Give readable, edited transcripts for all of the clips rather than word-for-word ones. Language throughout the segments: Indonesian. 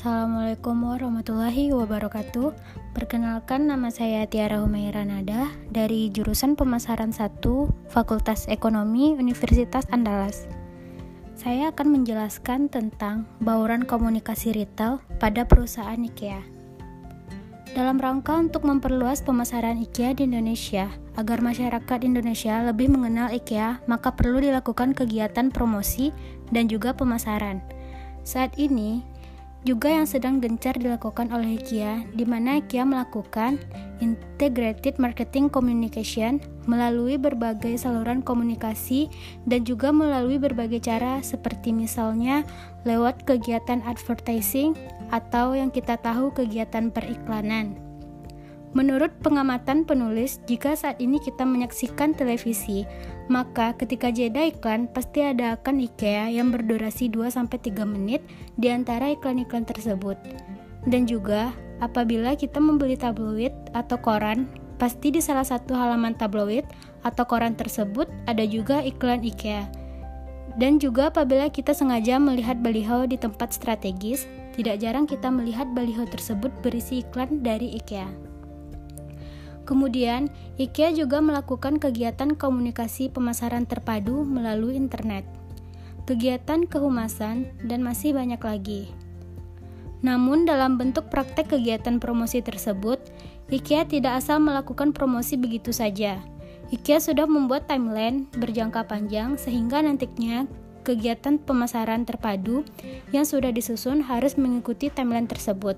Assalamualaikum warahmatullahi wabarakatuh. Perkenalkan, nama saya Tiara Humaira Nada dari jurusan Pemasaran 1 Fakultas Ekonomi Universitas Andalas. Saya akan menjelaskan tentang bauran komunikasi retail pada perusahaan IKEA. Dalam rangka untuk memperluas pemasaran IKEA di Indonesia, agar masyarakat Indonesia lebih mengenal IKEA, maka perlu dilakukan kegiatan promosi dan juga pemasaran. Saat ini, juga yang sedang gencar dilakukan oleh IKEA, di mana IKEA melakukan integrated marketing communication melalui berbagai saluran komunikasi dan juga melalui berbagai cara seperti misalnya lewat kegiatan advertising atau yang kita tahu kegiatan periklanan. Menurut pengamatan penulis, jika saat ini kita menyaksikan televisi, maka ketika jeda iklan pasti ada akan IKEA yang berdurasi 2-3 menit di antara iklan-iklan tersebut. Dan juga apabila kita membeli tabloid atau koran, pasti di salah satu halaman tabloid atau koran tersebut ada juga iklan IKEA. Dan juga apabila kita sengaja melihat baliho di tempat strategis, tidak jarang kita melihat baliho tersebut berisi iklan dari IKEA. Kemudian, IKEA juga melakukan kegiatan komunikasi pemasaran terpadu melalui internet, kegiatan kehumasan, dan masih banyak lagi. Namun, dalam bentuk praktek kegiatan promosi tersebut, IKEA tidak asal melakukan promosi begitu saja. IKEA sudah membuat timeline berjangka panjang sehingga nantinya kegiatan pemasaran terpadu yang sudah disusun harus mengikuti timeline tersebut.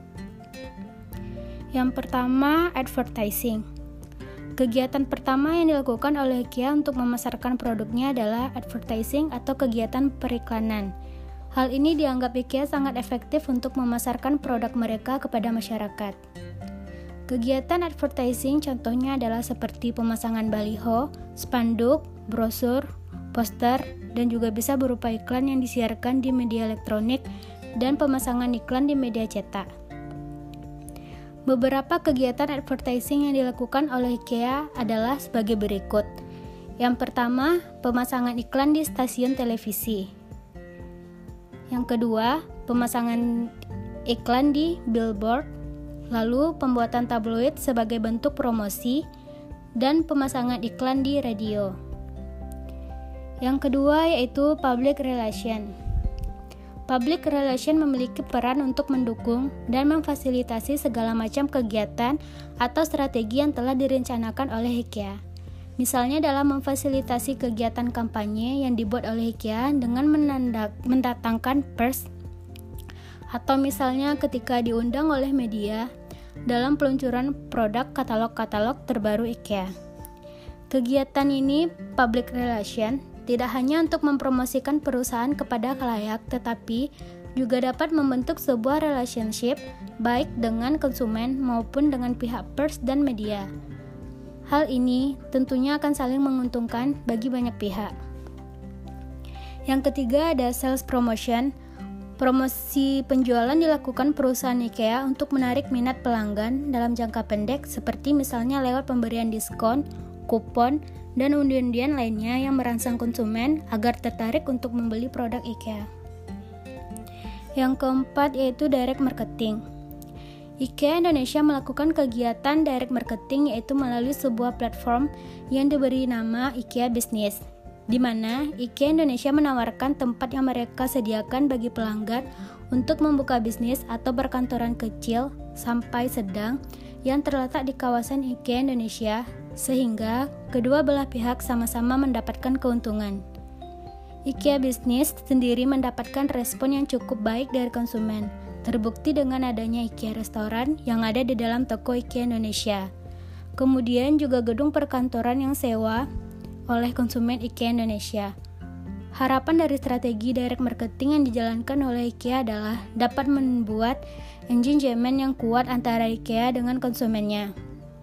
Yang pertama, advertising. Kegiatan pertama yang dilakukan oleh IKEA untuk memasarkan produknya adalah advertising atau kegiatan periklanan. Hal ini dianggap IKEA sangat efektif untuk memasarkan produk mereka kepada masyarakat. Kegiatan advertising contohnya adalah seperti pemasangan baliho, spanduk, brosur, poster, dan juga bisa berupa iklan yang disiarkan di media elektronik dan pemasangan iklan di media cetak. Beberapa kegiatan advertising yang dilakukan oleh IKEA adalah sebagai berikut. Yang pertama, pemasangan iklan di stasiun televisi. Yang kedua, pemasangan iklan di billboard. Lalu, pembuatan tabloid sebagai bentuk promosi dan pemasangan iklan di radio. Yang kedua yaitu public relation. Public relation memiliki peran untuk mendukung dan memfasilitasi segala macam kegiatan atau strategi yang telah direncanakan oleh IKEA. Misalnya dalam memfasilitasi kegiatan kampanye yang dibuat oleh IKEA dengan mendatangkan pers, atau misalnya ketika diundang oleh media dalam peluncuran produk katalog-katalog terbaru IKEA. Kegiatan ini, public relation, tidak hanya untuk mempromosikan perusahaan kepada khalayak, tetapi juga dapat membentuk sebuah relationship baik dengan konsumen maupun dengan pihak pers dan media. Hal ini tentunya akan saling menguntungkan bagi banyak pihak. Yang ketiga ada sales promotion. Promosi penjualan dilakukan perusahaan IKEA untuk menarik minat pelanggan dalam jangka pendek seperti misalnya lewat pemberian diskon, kupon, dan undian-undian lainnya yang merangsang konsumen agar tertarik untuk membeli produk IKEA. Yang keempat yaitu direct marketing. IKEA Indonesia melakukan kegiatan direct marketing yaitu melalui sebuah platform yang diberi nama IKEA Business, di mana IKEA Indonesia menawarkan tempat yang mereka sediakan bagi pelanggan untuk membuka bisnis atau perkantoran kecil sampai sedang yang terletak di kawasan IKEA Indonesia, sehingga kedua belah pihak sama-sama mendapatkan keuntungan. IKEA Business sendiri mendapatkan respon yang cukup baik dari konsumen, terbukti dengan adanya IKEA Restoran yang ada di dalam toko IKEA Indonesia. Kemudian juga gedung perkantoran yang sewa oleh konsumen IKEA Indonesia. Harapan dari strategi direct marketing yang dijalankan oleh IKEA adalah dapat membuat engagement yang kuat antara IKEA dengan konsumennya.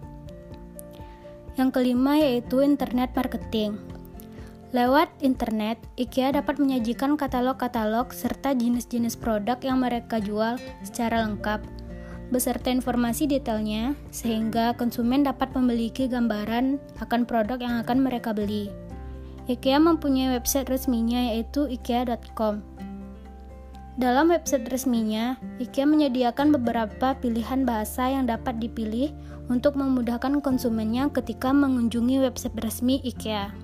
Yang kelima yaitu internet marketing. Lewat internet, IKEA dapat menyajikan katalog-katalog serta jenis-jenis produk yang mereka jual secara lengkap, beserta informasi detailnya, sehingga konsumen dapat memiliki gambaran akan produk yang akan mereka beli. IKEA mempunyai website resminya yaitu ikea.com. Dalam website resminya, IKEA menyediakan beberapa pilihan bahasa yang dapat dipilih untuk memudahkan konsumennya ketika mengunjungi website resmi IKEA.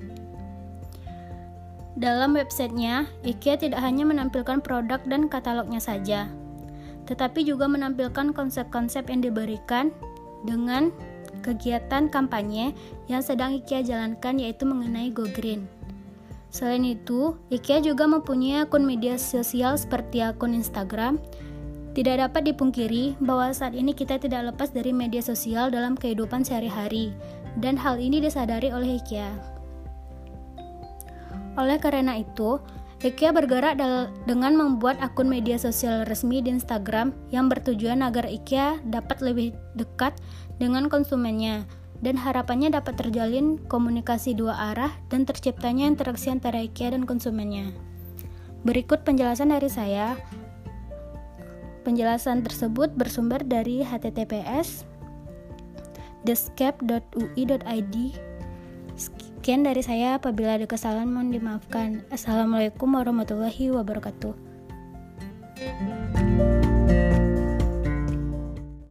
Dalam websitenya, IKEA tidak hanya menampilkan produk dan katalognya saja, tetapi juga menampilkan konsep-konsep yang diberikan dengan kegiatan kampanye yang sedang IKEA jalankan, yaitu mengenai Go Green. Selain itu, IKEA juga mempunyai akun media sosial seperti akun Instagram. Tidak dapat dipungkiri bahwa saat ini kita tidak lepas dari media sosial dalam kehidupan sehari-hari, dan hal ini disadari oleh IKEA. Oleh karena itu, IKEA bergerak dengan membuat akun media sosial resmi di Instagram yang bertujuan agar IKEA dapat lebih dekat dengan konsumennya, dan harapannya dapat terjalin komunikasi dua arah dan terciptanya interaksi antara IKEA dan konsumennya. Berikut penjelasan dari saya. Penjelasan tersebut bersumber dari https://descape.ui.id. Sekian dari saya, apabila ada kesalahan mohon dimaafkan. Assalamualaikum warahmatullahi wabarakatuh.